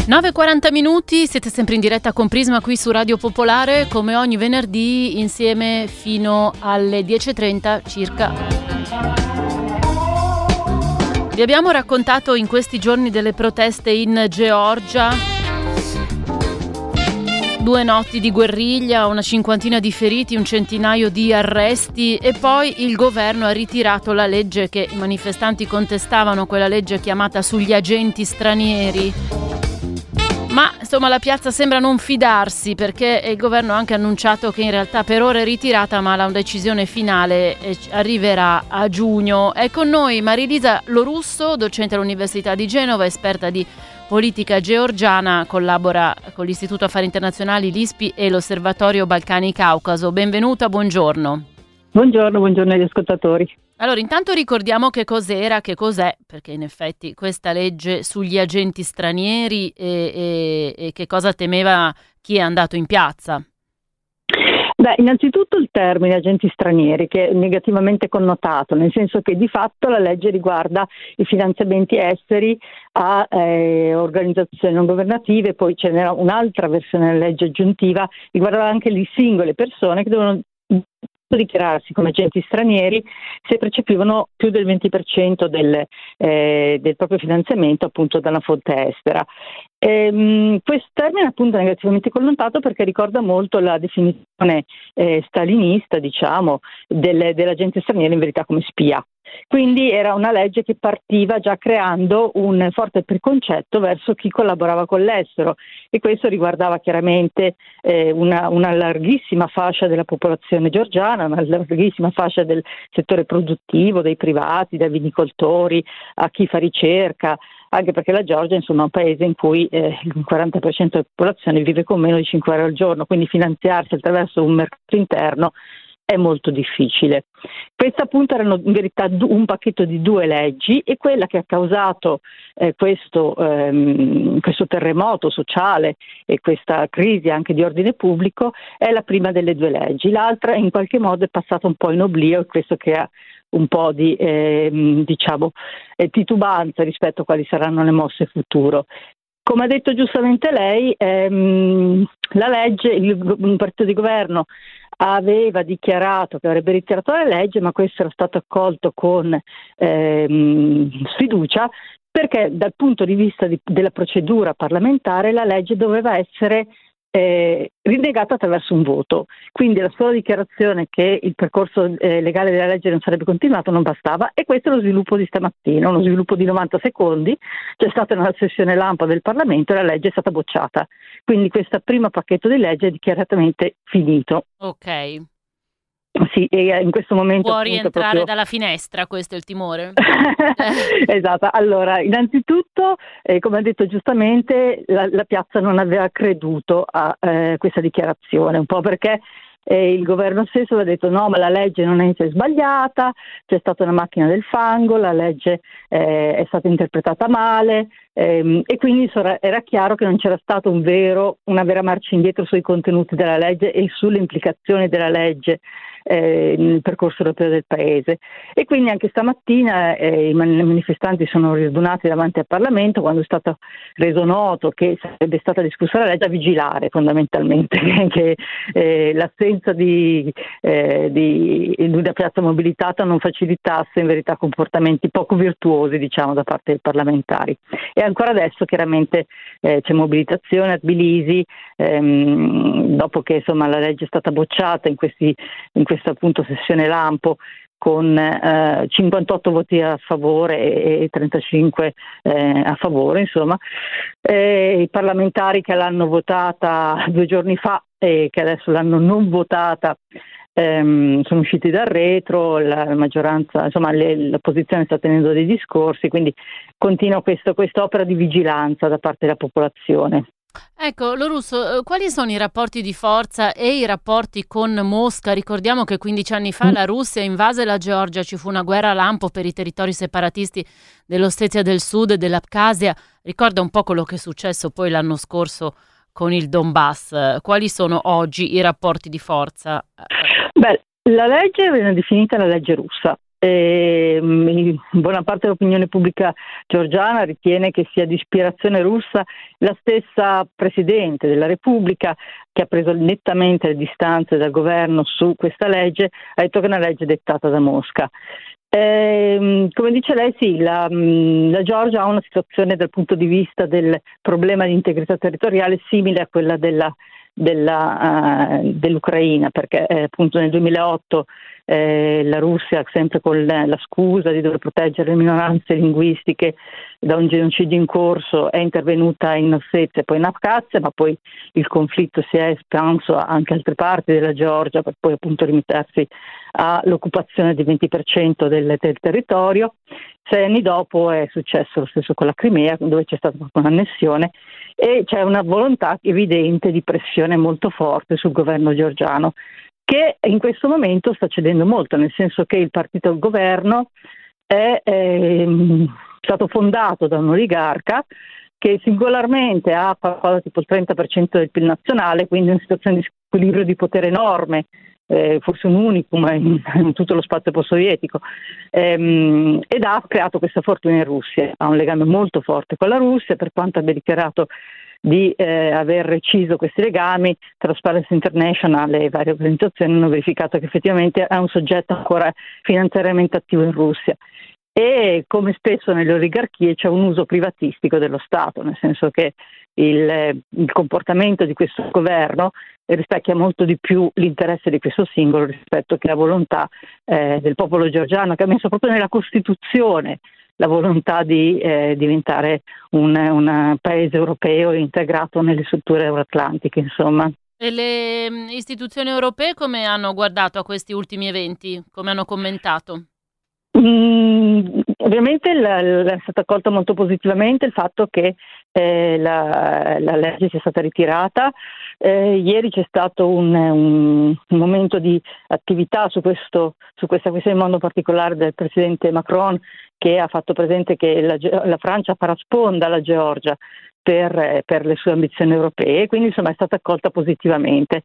9:40 minuti, siete sempre in diretta con Prisma qui su Radio Popolare, come ogni venerdì, insieme fino alle 10:30 circa. Vi abbiamo raccontato in questi giorni delle proteste in Georgia, 2 notti di guerriglia, una cinquantina di feriti, un centinaio di arresti e poi il governo ha ritirato la legge che i manifestanti contestavano, quella legge chiamata sugli agenti stranieri. Ma insomma la piazza sembra non fidarsi, perché il governo ha anche annunciato che in realtà per ora è ritirata, ma la decisione finale arriverà a giugno. È con noi Marilisa Lorusso, docente all'Università di Genova, esperta di politica georgiana, collabora con l'Istituto Affari Internazionali, l'ISPI e l'Osservatorio Balcani-Caucaso. Benvenuta, buongiorno. Buongiorno agli ascoltatori. Allora, intanto ricordiamo che cos'era, che cos'è, perché in effetti questa legge sugli agenti stranieri e che cosa temeva chi è andato in piazza. Beh, innanzitutto il termine agenti stranieri, che è negativamente connotato, nel senso che di fatto la legge riguarda i finanziamenti esteri a organizzazioni non governative, poi ce n'era un'altra versione della legge aggiuntiva, riguardava anche le singole persone che dovevano dichiararsi come agenti stranieri se percepivano più del 20% del proprio finanziamento appunto da una fonte estera. Questo termine è appunto negativamente connotato perché ricorda molto la definizione stalinista, diciamo, dell'agente straniero in verità come spia. Quindi era una legge che partiva già creando un forte preconcetto verso chi collaborava con l'estero, e questo riguardava chiaramente una larghissima fascia della popolazione georgiana, una larghissima fascia del settore produttivo, dei privati, dai vinicoltori a chi fa ricerca, anche perché la Georgia insomma, è un paese in cui il 40% della popolazione vive con meno di 5 euro al giorno, quindi finanziarsi attraverso un mercato interno è molto difficile. Questa appunto erano in verità un pacchetto di 2 leggi, e quella che ha causato questo terremoto sociale e questa crisi anche di ordine pubblico è la prima delle 2 leggi. L'altra in qualche modo è passata un po' in oblio, e questo crea un po' di titubanza rispetto a quali saranno le mosse futuro. Come ha detto giustamente lei, la legge, un partito di governo aveva dichiarato che avrebbe ritirato la legge, ma questo era stato accolto con sfiducia, perché dal punto di vista della procedura parlamentare la legge doveva essere rinnegata attraverso un voto. Quindi la sola dichiarazione che il percorso legale della legge non sarebbe continuato non bastava, e questo è lo sviluppo di stamattina, uno sviluppo di 90 secondi. C'è stata una sessione lampo del Parlamento e la legge è stata bocciata. Quindi questo primo pacchetto di legge è dichiaratamente finito. Ok. Sì, e in questo momento può rientrare dalla finestra, questo è il timore. Esatto. Allora, innanzitutto, come ha detto giustamente, la piazza non aveva creduto a questa dichiarazione, un po' perché il governo stesso aveva detto no, ma la legge non è sbagliata, c'è stata una macchina del fango, la legge è stata interpretata male, e quindi era chiaro che non c'era stato una vera marcia indietro sui contenuti della legge e sulle implicazioni della legge nel percorso europeo del paese. E quindi anche stamattina i manifestanti sono riadunati davanti al Parlamento, quando è stato reso noto che sarebbe stata discussa la legge, a vigilare fondamentalmente che l'assenza di una piazza mobilitata non facilitasse in verità comportamenti poco virtuosi, diciamo, da parte dei parlamentari. E ancora adesso chiaramente c'è mobilitazione a Tbilisi, dopo che insomma la legge è stata bocciata in questa appunto sessione lampo, con 58 voti a favore e 35 a favore, insomma. I parlamentari che l'hanno votata 2 giorni fa e che adesso l'hanno non votata sono usciti dal retro, la maggioranza, insomma l'opposizione sta tenendo dei discorsi, quindi continua questa opera di vigilanza da parte della popolazione. Ecco, Lorusso, quali sono i rapporti di forza e i rapporti con Mosca? Ricordiamo che 15 anni fa la Russia invase la Georgia, ci fu una guerra lampo per i territori separatisti dell'Ossetia del Sud e dell'Abkhazia. Ricorda un po' quello che è successo poi l'anno scorso con il Donbass. Quali sono oggi i rapporti di forza? Beh, la legge viene definita la legge russa. Buona parte dell'opinione pubblica georgiana ritiene che sia di ispirazione russa. La stessa Presidente della Repubblica, che ha preso nettamente le distanze dal governo su questa legge, ha detto che è una legge dettata da Mosca. Come dice lei, sì, la Georgia ha una situazione dal punto di vista del problema di integrità territoriale simile a quella dell'Ucraina, perché appunto nel 2008 la Russia, sempre con la scusa di dover proteggere le minoranze linguistiche da un genocidio in corso, è intervenuta in Ossetia e poi in Abkhazia, ma poi il conflitto si è espanso anche a altre parti della Georgia, per poi appunto limitarsi all'occupazione del 20% del territorio. 6 anni dopo è successo lo stesso con la Crimea, dove c'è stata proprio un'annessione, e c'è una volontà evidente di pressione molto forte sul governo georgiano, che in questo momento sta cedendo molto, nel senso che il partito al governo è stato fondato da un oligarca che singolarmente ha qualcosa tipo il 30% del PIL nazionale, quindi una situazione di squilibrio di potere enorme, forse un unicum in tutto lo spazio post-sovietico, ed ha creato questa fortuna in Russia. Ha un legame molto forte con la Russia, per quanto abbia dichiarato di aver reciso questi legami. Transparency International e varie organizzazioni hanno verificato che effettivamente è un soggetto ancora finanziariamente attivo in Russia. E come spesso nelle oligarchie c'è un uso privatistico dello Stato, nel senso che il comportamento di questo governo rispecchia molto di più l'interesse di questo singolo rispetto che la volontà del popolo georgiano, che ha messo proprio nella Costituzione la volontà di diventare un paese europeo integrato nelle strutture euroatlantiche, insomma. E le istituzioni europee come hanno guardato a questi ultimi eventi? Come hanno commentato? Ovviamente è stata accolta molto positivamente il fatto che la legge sia stata ritirata. Ieri c'è stato un momento di attività su questa questione in modo particolare del presidente Macron, che ha fatto presente che la Francia farà sponda alla Georgia per le sue ambizioni europee, quindi insomma è stata accolta positivamente.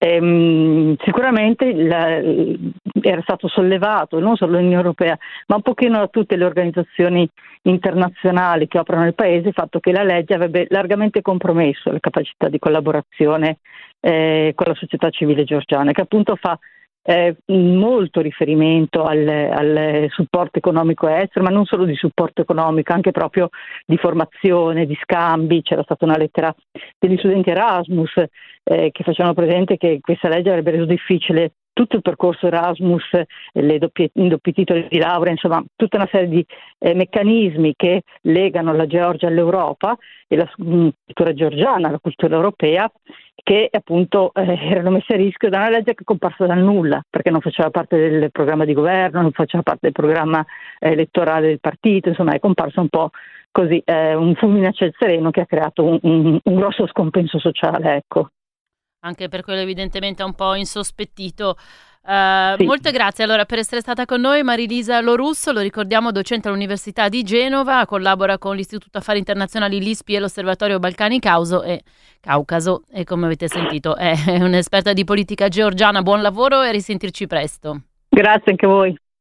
Sicuramente era stato sollevato non solo l'Unione Europea ma un pochino da tutte le organizzazioni internazionali che operano nel paese il fatto che la legge avrebbe largamente compromesso le capacità di collaborazione con la società civile georgiana, che appunto fa molto riferimento al supporto economico estero, ma non solo di supporto economico, anche proprio di formazione, di scambi. C'era stata una lettera degli studenti Erasmus che facevano presente che questa legge avrebbe reso difficile tutto il percorso Erasmus, i doppi titoli di laurea, insomma tutta una serie di meccanismi che legano la Georgia all'Europa e la cultura georgiana alla cultura europea, che appunto erano messe a rischio da una legge che è comparsa dal nulla, perché non faceva parte del programma di governo, non faceva parte del programma elettorale del partito, insomma è comparsa un po' così, un fulmine a ciel sereno che ha creato un grosso scompenso sociale, ecco. Anche per quello evidentemente un po' insospettito. Sì. Molte grazie allora per essere stata con noi, Marilisa Lorusso, lo ricordiamo, docente all'Università di Genova, collabora con l'Istituto Affari Internazionali l'ISPI e l'Osservatorio Balcani Caucaso e come avete sentito è un'esperta di politica georgiana. Buon lavoro e a risentirci presto. Grazie anche a voi.